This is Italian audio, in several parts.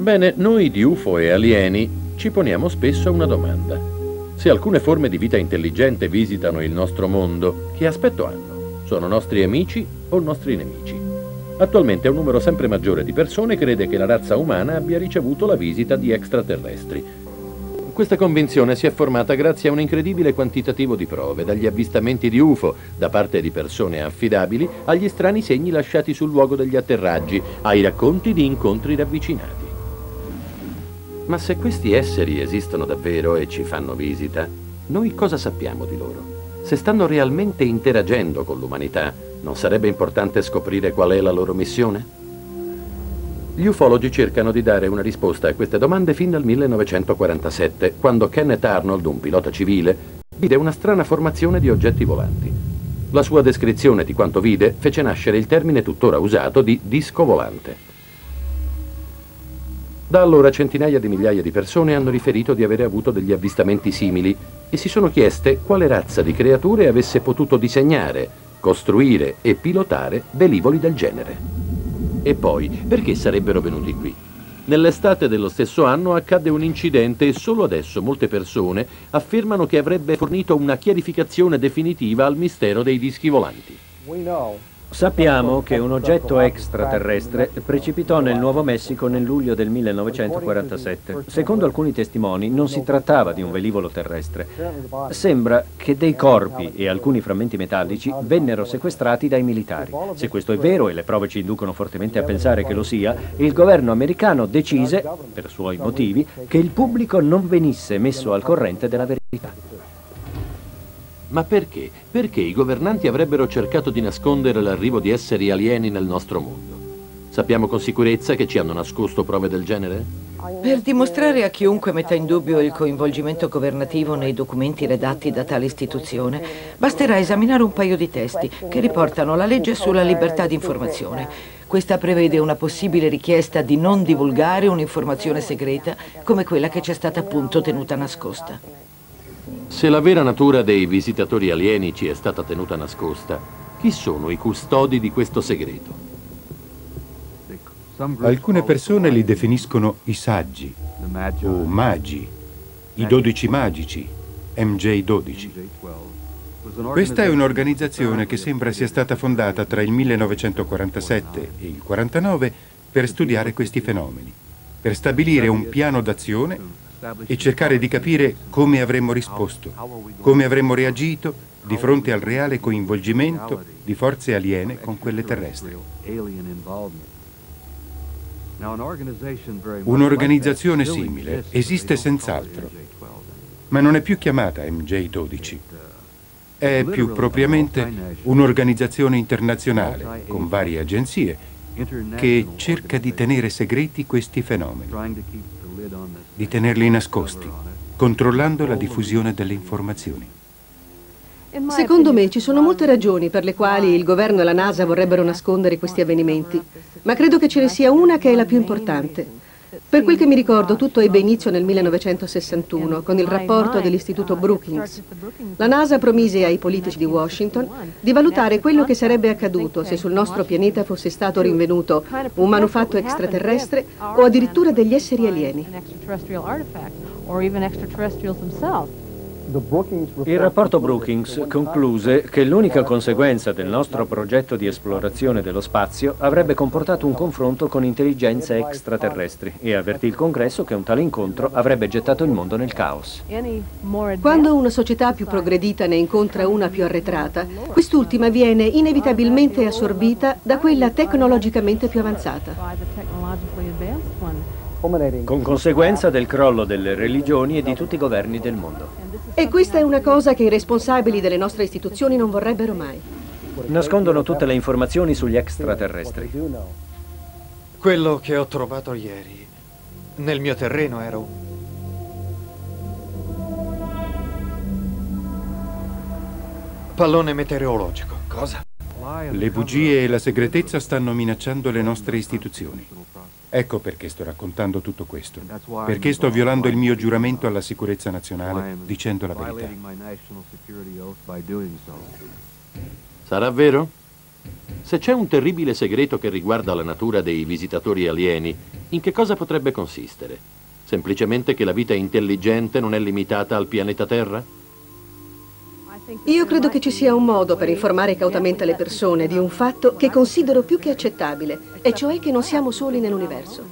Bene, noi di UFO e alieni ci poniamo spesso una domanda. Se alcune forme di vita intelligente visitano il nostro mondo, che aspetto hanno? Sono nostri amici o nostri nemici? Attualmente un numero sempre maggiore di persone crede che la razza umana abbia ricevuto la visita di extraterrestri. Questa convinzione si è formata grazie a un incredibile quantitativo di prove, dagli avvistamenti di UFO da parte di persone affidabili agli strani segni lasciati sul luogo degli atterraggi, ai racconti di incontri ravvicinati. Ma se questi esseri esistono davvero e ci fanno visita, noi cosa sappiamo di loro? Se stanno realmente interagendo con l'umanità, non sarebbe importante scoprire qual è la loro missione? Gli ufologi cercano di dare una risposta a queste domande fin dal 1947, quando Kenneth Arnold, un pilota civile, vide una strana formazione di oggetti volanti. La sua descrizione di quanto vide fece nascere il termine tuttora usato di disco volante. Da allora centinaia di migliaia di persone hanno riferito di avere avuto degli avvistamenti simili e si sono chieste quale razza di creature avesse potuto disegnare, costruire e pilotare velivoli del genere. E poi, perché sarebbero venuti qui? Nell'estate dello stesso anno accadde un incidente e solo adesso molte persone affermano che avrebbe fornito una chiarificazione definitiva al mistero dei dischi volanti. Sappiamo che un oggetto extraterrestre precipitò nel Nuovo Messico nel luglio del 1947. Secondo alcuni testimoni non si trattava di un velivolo terrestre. Sembra che dei corpi e alcuni frammenti metallici vennero sequestrati dai militari. Se questo è vero, e le prove ci inducono fortemente a pensare che lo sia, il governo americano decise, per suoi motivi, che il pubblico non venisse messo al corrente della verità. Ma perché? Perché i governanti avrebbero cercato di nascondere l'arrivo di esseri alieni nel nostro mondo? Sappiamo con sicurezza che ci hanno nascosto prove del genere? Per dimostrare a chiunque metta in dubbio il coinvolgimento governativo nei documenti redatti da tale istituzione, basterà esaminare un paio di testi che riportano la legge sulla libertà di informazione. Questa prevede una possibile richiesta di non divulgare un'informazione segreta come quella che ci è stata appunto tenuta nascosta. Se la vera natura dei visitatori alieni ci è stata tenuta nascosta, chi sono i custodi di questo segreto? Alcune persone li definiscono i saggi o magi, i 12 magici, MJ12. Questa è un'organizzazione che sembra sia stata fondata tra il 1947 e il 49 per studiare questi fenomeni, per stabilire un piano d'azione e cercare di capire come avremmo risposto, come avremmo reagito di fronte al reale coinvolgimento di forze aliene con quelle terrestri. Un'organizzazione simile esiste senz'altro, ma non è più chiamata MJ12. È più propriamente un'organizzazione internazionale con varie agenzie che cerca di tenere segreti questi fenomeni, di tenerli nascosti, controllando la diffusione delle informazioni. Secondo me ci sono molte ragioni per le quali il governo e la NASA vorrebbero nascondere questi avvenimenti, ma credo che ce ne sia una che è la più importante. Per quel che mi ricordo, tutto ebbe inizio nel 1961 con il rapporto dell'Istituto Brookings. La NASA promise ai politici di Washington di valutare quello che sarebbe accaduto se sul nostro pianeta fosse stato rinvenuto un manufatto extraterrestre o addirittura degli esseri alieni. Il rapporto Brookings concluse che l'unica conseguenza del nostro progetto di esplorazione dello spazio avrebbe comportato un confronto con intelligenze extraterrestri e avvertì il Congresso che un tale incontro avrebbe gettato il mondo nel caos. Quando una società più progredita ne incontra una più arretrata, quest'ultima viene inevitabilmente assorbita da quella tecnologicamente più avanzata, con conseguenza del crollo delle religioni e di tutti i governi del mondo. E questa è una cosa che i responsabili delle nostre istituzioni non vorrebbero mai. Nascondono tutte le informazioni sugli extraterrestri. Quello che ho trovato ieri nel mio terreno era un pallone meteorologico. Cosa? Le bugie e la segretezza stanno minacciando le nostre istituzioni. Ecco perché sto raccontando tutto questo. Perché sto violando il mio giuramento alla sicurezza nazionale dicendo la verità. Sarà vero? Se c'è un terribile segreto che riguarda la natura dei visitatori alieni, In che cosa potrebbe consistere? Semplicemente che la vita intelligente non è limitata al pianeta Terra? Io credo che ci sia un modo per informare cautamente le persone di un fatto che considero più che accettabile, e cioè che non siamo soli nell'universo.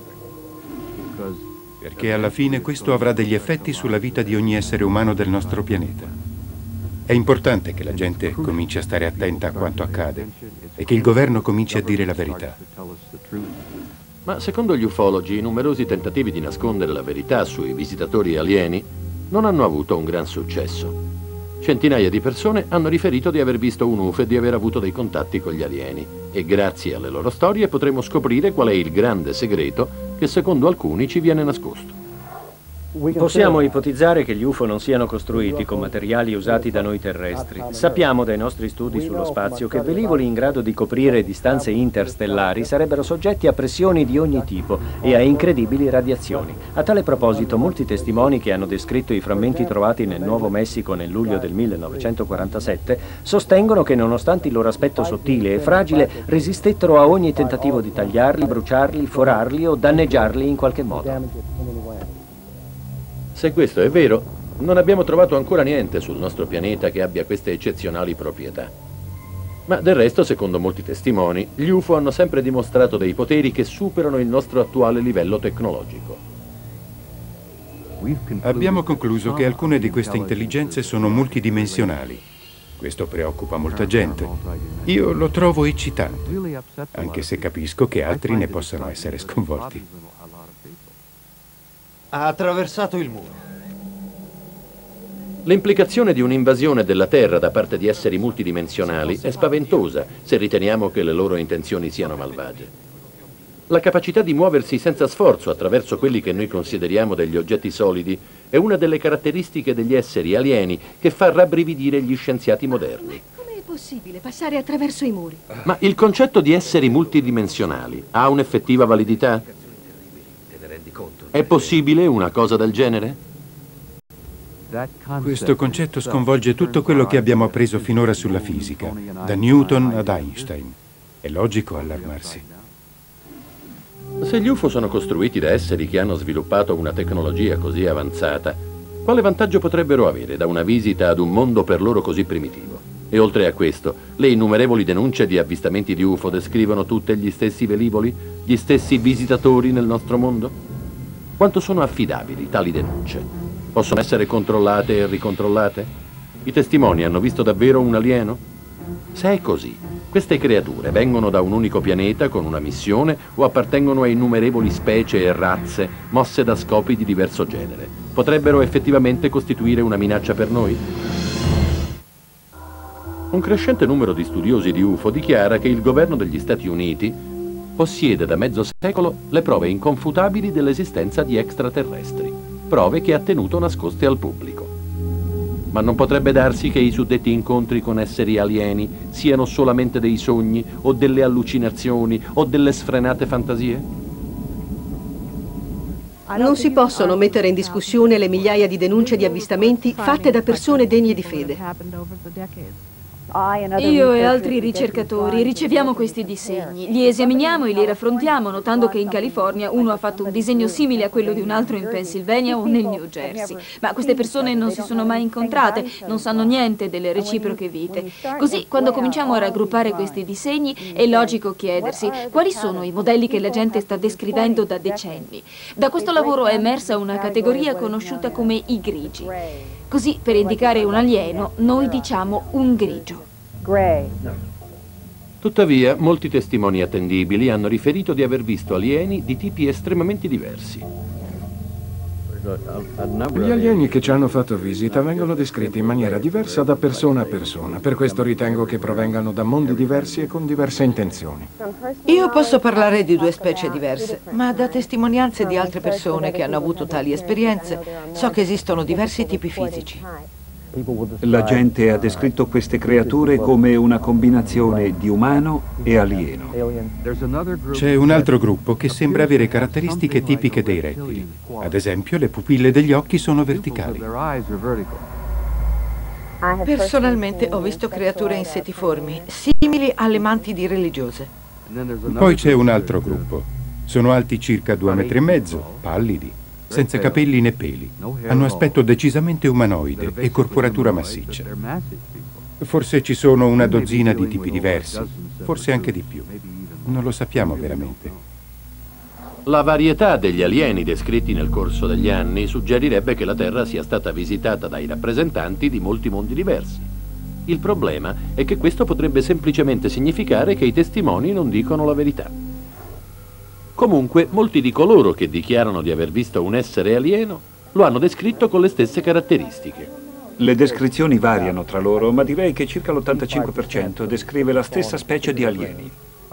Perché alla fine questo avrà degli effetti sulla vita di ogni essere umano del nostro pianeta. È importante che la gente cominci a stare attenta a quanto accade e che il governo cominci a dire la verità. Ma secondo gli ufologi, i numerosi tentativi di nascondere la verità sui visitatori alieni non hanno avuto un gran successo. Centinaia di persone hanno riferito di aver visto un UFO e di aver avuto dei contatti con gli alieni. E grazie alle loro storie potremo scoprire qual è il grande segreto che secondo alcuni ci viene nascosto. Possiamo ipotizzare che gli UFO non siano costruiti con materiali usati da noi terrestri. Sappiamo dai nostri studi sullo spazio che velivoli in grado di coprire distanze interstellari sarebbero soggetti a pressioni di ogni tipo e a incredibili radiazioni. A tale proposito, molti testimoni che hanno descritto i frammenti trovati nel Nuovo Messico nel luglio del 1947 sostengono che nonostante il loro aspetto sottile e fragile, resistettero a ogni tentativo di tagliarli, bruciarli, forarli o danneggiarli in qualche modo. Se questo è vero, non abbiamo trovato ancora niente sul nostro pianeta che abbia queste eccezionali proprietà. Ma del resto, secondo molti testimoni, gli UFO hanno sempre dimostrato dei poteri che superano il nostro attuale livello tecnologico. Abbiamo concluso che alcune di queste intelligenze sono multidimensionali. Questo preoccupa molta gente. Io lo trovo eccitante, anche se capisco che altri ne possano essere sconvolti. Ha attraversato il muro. L'implicazione di un'invasione della Terra da parte di esseri multidimensionali è spaventosa se riteniamo che le loro intenzioni siano malvagie. La capacità di muoversi senza sforzo attraverso quelli che noi consideriamo degli oggetti solidi è una delle caratteristiche degli esseri alieni che fa rabbrividire gli scienziati moderni. Come è possibile passare attraverso i muri? Ma il concetto di esseri multidimensionali ha un'effettiva validità? È possibile una cosa del genere? Questo concetto sconvolge tutto quello che abbiamo appreso finora sulla fisica, da Newton ad Einstein. È logico allarmarsi. Se gli UFO sono costruiti da esseri che hanno sviluppato una tecnologia così avanzata, quale vantaggio potrebbero avere da una visita ad un mondo per loro così primitivo? E oltre a questo, le innumerevoli denunce di avvistamenti di UFO descrivono tutte gli stessi velivoli, gli stessi visitatori nel nostro mondo? Quanto sono affidabili tali denunce? Possono essere controllate e ricontrollate? I testimoni hanno visto davvero un alieno? Se è così, queste creature vengono da un unico pianeta con una missione o appartengono a innumerevoli specie e razze mosse da scopi di diverso genere? Potrebbero effettivamente costituire una minaccia per noi? Un crescente numero di studiosi di UFO dichiara che il governo degli Stati Uniti possiede da mezzo secolo le prove inconfutabili dell'esistenza di extraterrestri, prove che ha tenuto nascoste al pubblico. Ma non potrebbe darsi che i suddetti incontri con esseri alieni siano solamente dei sogni o delle allucinazioni o delle sfrenate fantasie? Non si possono mettere in discussione le migliaia di denunce di avvistamenti fatte da persone degne di fede. Io e altri ricercatori riceviamo questi disegni, li esaminiamo e li raffrontiamo, notando che in California uno ha fatto un disegno simile a quello di un altro in Pennsylvania o nel New Jersey. Ma queste persone non si sono mai incontrate, non sanno niente delle reciproche vite. Così, quando cominciamo a raggruppare questi disegni, è logico chiedersi quali sono i modelli che la gente sta descrivendo da decenni. Da questo lavoro è emersa una categoria conosciuta come i grigi. Così, per indicare un alieno, noi diciamo un grigio. Tuttavia, molti testimoni attendibili hanno riferito di aver visto alieni di tipi estremamente diversi. Gli alieni che ci hanno fatto visita vengono descritti in maniera diversa da persona a persona. Per questo ritengo che provengano da mondi diversi e con diverse intenzioni. Io posso parlare di due specie diverse, ma da testimonianze di altre persone che hanno avuto tali esperienze, so che esistono diversi tipi fisici. La gente ha descritto queste creature come una combinazione di umano e alieno. C'è un altro gruppo che sembra avere caratteristiche tipiche dei rettili. Ad esempio, le pupille degli occhi sono verticali. Personalmente ho visto creature insetiformi, simili alle mantidi religiose. Poi c'è un altro gruppo. Sono alti circa 2,5 metri, pallidi, senza capelli né peli. Hanno aspetto decisamente umanoide e corporatura massiccia. Forse ci sono una dozzina di tipi diversi, forse anche di più. Non lo sappiamo veramente. La varietà degli alieni descritti nel corso degli anni suggerirebbe che la Terra sia stata visitata dai rappresentanti di molti mondi diversi. Il problema è che questo potrebbe semplicemente significare che i testimoni non dicono la verità. Comunque, molti di coloro che dichiarano di aver visto un essere alieno lo hanno descritto con le stesse caratteristiche. Le descrizioni variano tra loro, ma direi che circa l'85% descrive la stessa specie di alieni.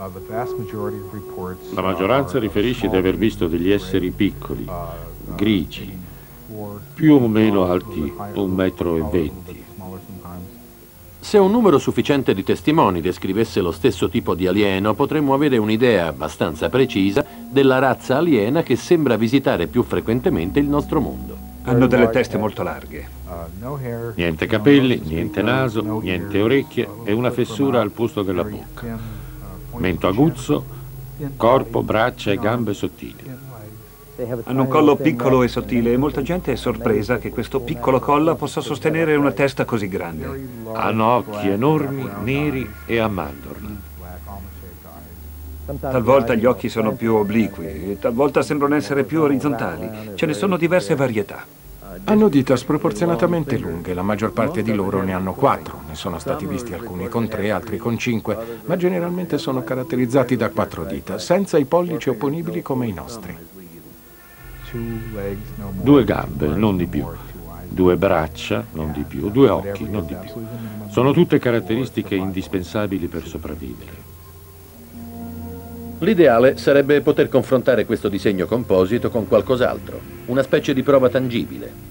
La maggioranza riferisce di aver visto degli esseri piccoli, grigi, più o meno alti 1,20 metri. Se un numero sufficiente di testimoni descrivesse lo stesso tipo di alieno, potremmo avere un'idea abbastanza precisa della razza aliena che sembra visitare più frequentemente il nostro mondo. Hanno delle teste molto larghe. Niente capelli, niente naso, niente orecchie e una fessura al posto della bocca. Mento aguzzo, corpo, braccia e gambe sottili. Hanno un collo piccolo e sottile e molta gente è sorpresa che questo piccolo collo possa sostenere una testa così grande. Hanno occhi enormi, neri e a mandorla. Talvolta gli occhi sono più obliqui e talvolta sembrano essere più orizzontali. Ce ne sono diverse varietà. Hanno dita sproporzionatamente lunghe, la maggior parte di loro ne hanno 4, ne sono stati visti alcuni con 3, altri con 5, ma generalmente sono caratterizzati da 4 dita, senza i pollici opponibili come i nostri. 2 gambe, non di più. 2 braccia, non di più. 2 occhi, non di più. Sono tutte caratteristiche indispensabili per sopravvivere. L'ideale sarebbe poter confrontare questo disegno composito con qualcos'altro, una specie di prova tangibile.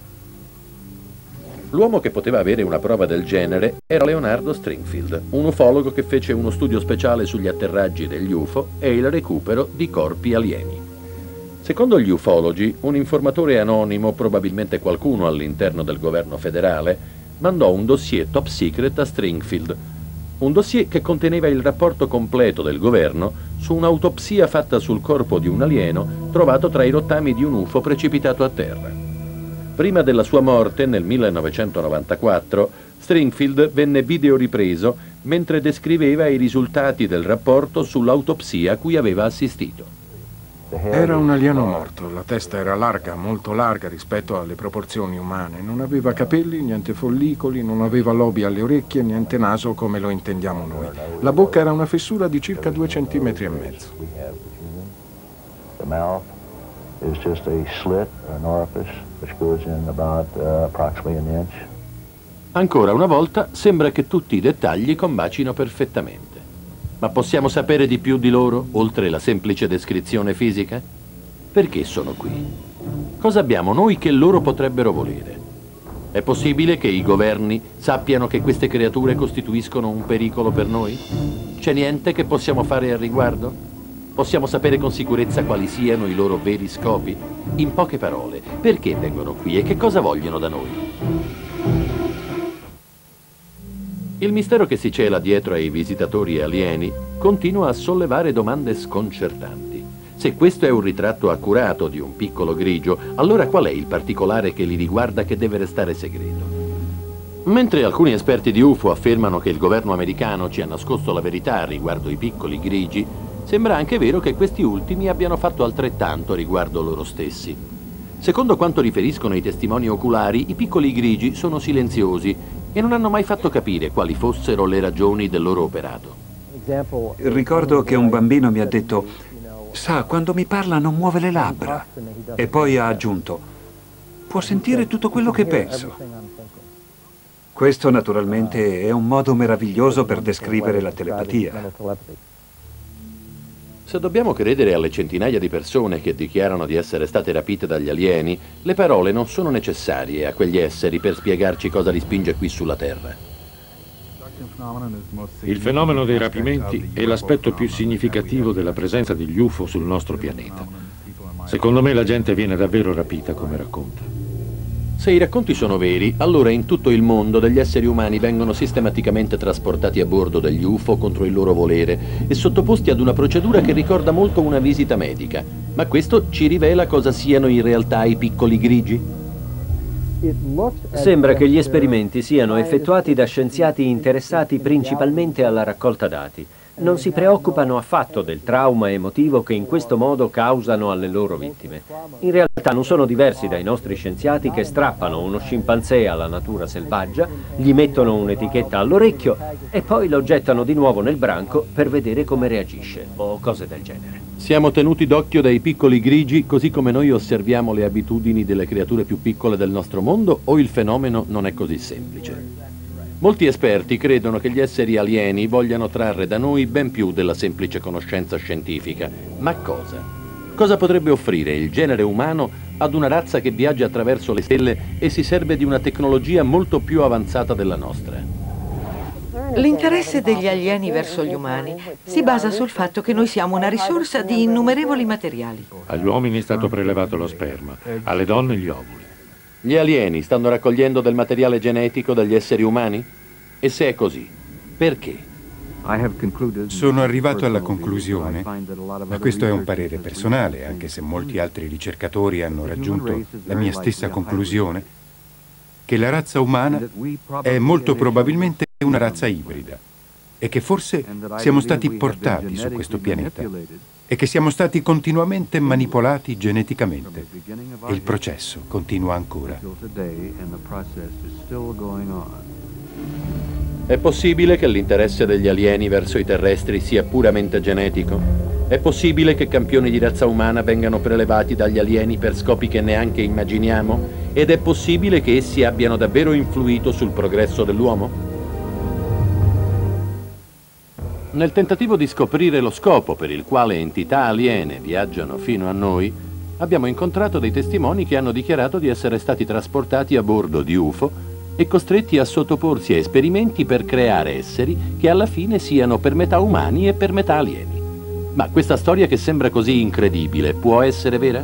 L'uomo che poteva avere una prova del genere era Leonardo Stringfield, un ufologo che fece uno studio speciale sugli atterraggi degli UFO e il recupero di corpi alieni. Secondo gli ufologi, un informatore anonimo, probabilmente qualcuno all'interno del governo federale, mandò un dossier top secret a Stringfield. Un dossier che conteneva il rapporto completo del governo su un'autopsia fatta sul corpo di un alieno trovato tra i rottami di un UFO precipitato a terra. Prima della sua morte, nel 1994, Stringfield venne videoripreso mentre descriveva i risultati del rapporto sull'autopsia a cui aveva assistito. Era un alieno morto, la testa era larga, molto larga rispetto alle proporzioni umane. Non aveva capelli, niente follicoli, non aveva lobi alle orecchie, niente naso come lo intendiamo noi. La bocca era una fessura di circa 2,5 centimetri. The mouth is just a slit or an orifice which goes in about approximately an inch. Ancora una volta sembra che tutti i dettagli combacino perfettamente. Ma possiamo sapere di più di loro, oltre la semplice descrizione fisica? Perché sono qui? Cosa abbiamo noi che loro potrebbero volere? È possibile che i governi sappiano che queste creature costituiscono un pericolo per noi? C'è niente che possiamo fare al riguardo? Possiamo sapere con sicurezza quali siano i loro veri scopi? In poche parole, perché vengono qui e che cosa vogliono da noi? Il mistero che si cela dietro ai visitatori alieni continua a sollevare domande sconcertanti. Se questo è un ritratto accurato di un piccolo grigio, allora qual è il particolare che li riguarda che deve restare segreto? Mentre alcuni esperti di UFO affermano che il governo americano ci ha nascosto la verità riguardo i piccoli grigi, sembra anche vero che questi ultimi abbiano fatto altrettanto riguardo loro stessi. Secondo quanto riferiscono i testimoni oculari, i piccoli grigi sono silenziosi e non hanno mai fatto capire quali fossero le ragioni del loro operato. Ricordo che un bambino mi ha detto: sa, quando mi parla non muove le labbra. E poi ha aggiunto: può sentire tutto quello che penso. Questo naturalmente è un modo meraviglioso per descrivere la telepatia. Se dobbiamo credere alle centinaia di persone che dichiarano di essere state rapite dagli alieni, le parole non sono necessarie a quegli esseri per spiegarci cosa li spinge qui sulla Terra. Il fenomeno dei rapimenti è l'aspetto più significativo della presenza degli UFO sul nostro pianeta. Secondo me la gente viene davvero rapita come racconta. Se i racconti sono veri, allora in tutto il mondo degli esseri umani vengono sistematicamente trasportati a bordo degli UFO contro il loro volere e sottoposti ad una procedura che ricorda molto una visita medica. Ma questo ci rivela cosa siano in realtà i piccoli grigi? Sembra che gli esperimenti siano effettuati da scienziati interessati principalmente alla raccolta dati. Non si preoccupano affatto del trauma emotivo che in questo modo causano alle loro vittime. In realtà non sono diversi dai nostri scienziati che strappano uno scimpanzé alla natura selvaggia, gli mettono un'etichetta all'orecchio e poi lo gettano di nuovo nel branco per vedere come reagisce, o cose del genere. Siamo tenuti d'occhio dai piccoli grigi così come noi osserviamo le abitudini delle creature più piccole del nostro mondo, o il fenomeno non è così semplice? Molti esperti credono che gli esseri alieni vogliano trarre da noi ben più della semplice conoscenza scientifica. Ma cosa? Cosa potrebbe offrire il genere umano ad una razza che viaggia attraverso le stelle e si serve di una tecnologia molto più avanzata della nostra? L'interesse degli alieni verso gli umani si basa sul fatto che noi siamo una risorsa di innumerevoli materiali. Agli uomini è stato prelevato lo sperma, alle donne gli ovuli. Gli alieni stanno raccogliendo del materiale genetico dagli esseri umani? E se è così, perché? Sono arrivato alla conclusione, ma questo è un parere personale, anche se molti altri ricercatori hanno raggiunto la mia stessa conclusione, che la razza umana è molto probabilmente una razza ibrida e che forse siamo stati portati su questo pianeta e che siamo stati continuamente manipolati geneticamente e il processo continua ancora. È possibile che l'interesse degli alieni verso i terrestri sia puramente genetico? È possibile che campioni di razza umana vengano prelevati dagli alieni per scopi che neanche immaginiamo? Ed è possibile che essi abbiano davvero influito sul progresso dell'uomo? Nel tentativo di scoprire lo scopo per il quale entità aliene viaggiano fino a noi, abbiamo incontrato dei testimoni che hanno dichiarato di essere stati trasportati a bordo di UFO e costretti a sottoporsi a esperimenti per creare esseri che alla fine siano per metà umani e per metà alieni. Ma questa storia che sembra così incredibile può essere vera?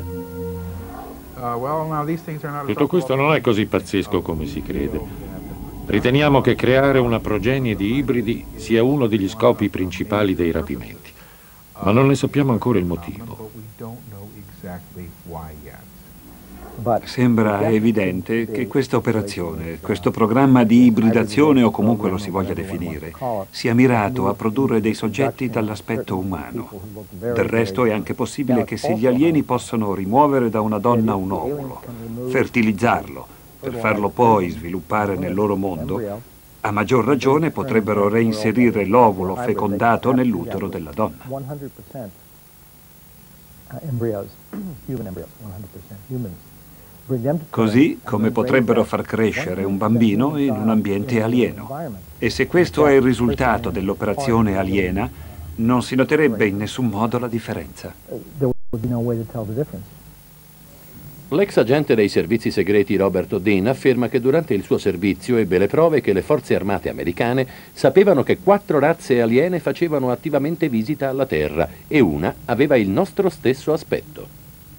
Tutto questo non è così pazzesco come si crede. Riteniamo che creare una progenie di ibridi sia uno degli scopi principali dei rapimenti, ma non ne sappiamo ancora il motivo. Sembra evidente che questa operazione, questo programma di ibridazione o comunque lo si voglia definire, sia mirato a produrre dei soggetti dall'aspetto umano. Del resto è anche possibile che se gli alieni possono rimuovere da una donna un ovulo, fertilizzarlo, per farlo poi sviluppare nel loro mondo, a maggior ragione potrebbero reinserire l'ovulo fecondato nell'utero della donna. Così come potrebbero far crescere un bambino in un ambiente alieno. E se questo è il risultato dell'operazione aliena, non si noterebbe in nessun modo la differenza. L'ex agente dei servizi segreti Robert O'Dean afferma che durante il suo servizio ebbe le prove che le forze armate americane sapevano che 4 razze aliene facevano attivamente visita alla Terra e una aveva il nostro stesso aspetto.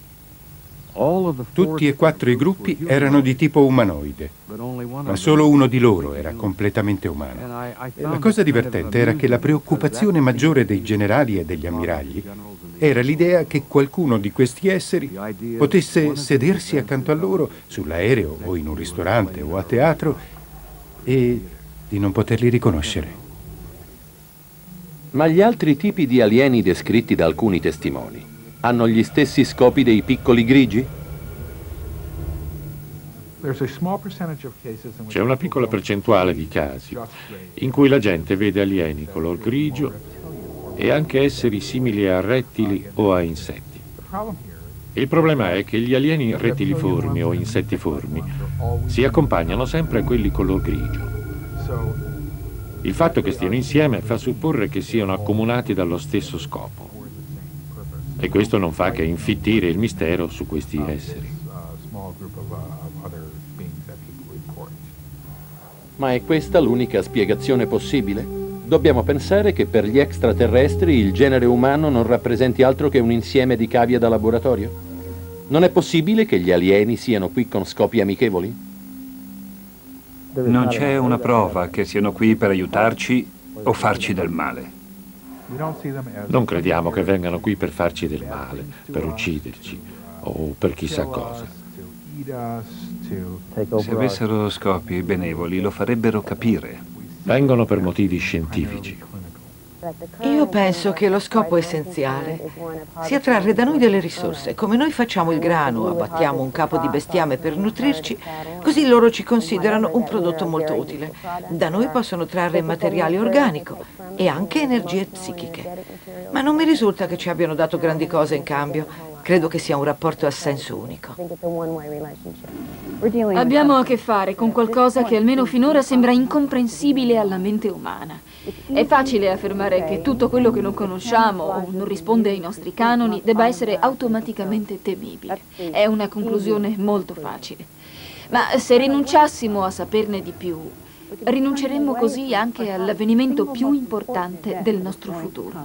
Tutti e 4 i gruppi erano di tipo umanoide, ma solo uno di loro era completamente umano. E la cosa divertente era che la preoccupazione maggiore dei generali e degli ammiragli era l'idea che qualcuno di questi esseri potesse sedersi accanto a loro sull'aereo o in un ristorante o a teatro e di non poterli riconoscere. Ma gli altri tipi di alieni descritti da alcuni testimoni hanno gli stessi scopi dei piccoli grigi? C'è una piccola percentuale di casi in cui la gente vede alieni color grigio e anche esseri simili a rettili o a insetti. Il problema è che gli alieni rettiliformi o insettiformi si accompagnano sempre a quelli color grigio. Il fatto che stiano insieme fa supporre che siano accomunati dallo stesso scopo. E questo non fa che infittire il mistero su questi esseri. Ma è questa l'unica spiegazione possibile? Dobbiamo pensare che per gli extraterrestri il genere umano non rappresenti altro che un insieme di cavie da laboratorio? Non è possibile che gli alieni siano qui con scopi amichevoli? Non c'è una prova che siano qui per aiutarci o farci del male. Non crediamo che vengano qui per farci del male, per ucciderci o per chissà cosa. Se avessero scopi benevoli lo farebbero capire. Vengono per motivi scientifici. Io penso che lo scopo essenziale sia trarre da noi delle risorse. Come noi facciamo il grano, abbattiamo un capo di bestiame per nutrirci, così loro ci considerano un prodotto molto utile. Da noi possono trarre materiale organico e anche energie psichiche. Ma non mi risulta che ci abbiano dato grandi cose in cambio. Credo che sia un rapporto a senso unico. Abbiamo a che fare con qualcosa che almeno finora sembra incomprensibile alla mente umana. È facile affermare che tutto quello che non conosciamo o non risponde ai nostri canoni debba essere automaticamente temibile. È una conclusione molto facile. Ma se rinunciassimo a saperne di più, rinunceremmo così anche all'avvenimento più importante del nostro futuro.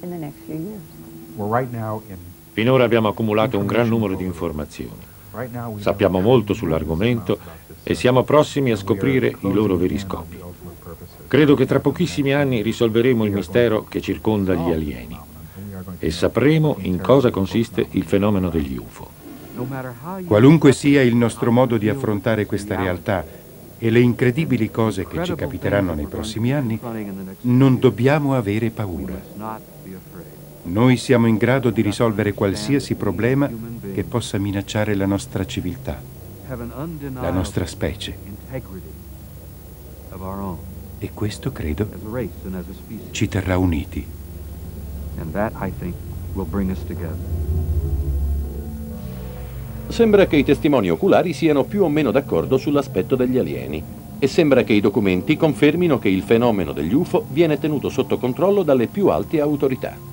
Finora abbiamo accumulato un gran numero di informazioni. Sappiamo molto sull'argomento e siamo prossimi a scoprire i loro veri scopi. Credo che tra pochissimi anni risolveremo il mistero che circonda gli alieni e sapremo in cosa consiste il fenomeno degli UFO. Qualunque sia il nostro modo di affrontare questa realtà e le incredibili cose che ci capiteranno nei prossimi anni, non dobbiamo avere paura. Noi siamo in grado di risolvere qualsiasi problema che possa minacciare la nostra civiltà, la nostra specie. E questo, credo, ci terrà uniti. Sembra che i testimoni oculari siano più o meno d'accordo sull'aspetto degli alieni e sembra che i documenti confermino che il fenomeno degli UFO viene tenuto sotto controllo dalle più alte autorità.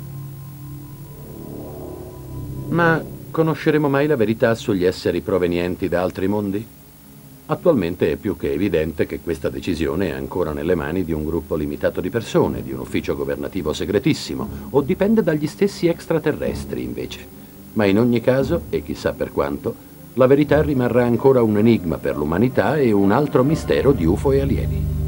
Ma conosceremo mai la verità sugli esseri provenienti da altri mondi? Attualmente è più che evidente che questa decisione è ancora nelle mani di un gruppo limitato di persone, di un ufficio governativo segretissimo, o dipende dagli stessi extraterrestri, invece. Ma in ogni caso, e chissà per quanto, la verità rimarrà ancora un enigma per l'umanità e un altro mistero di UFO e alieni.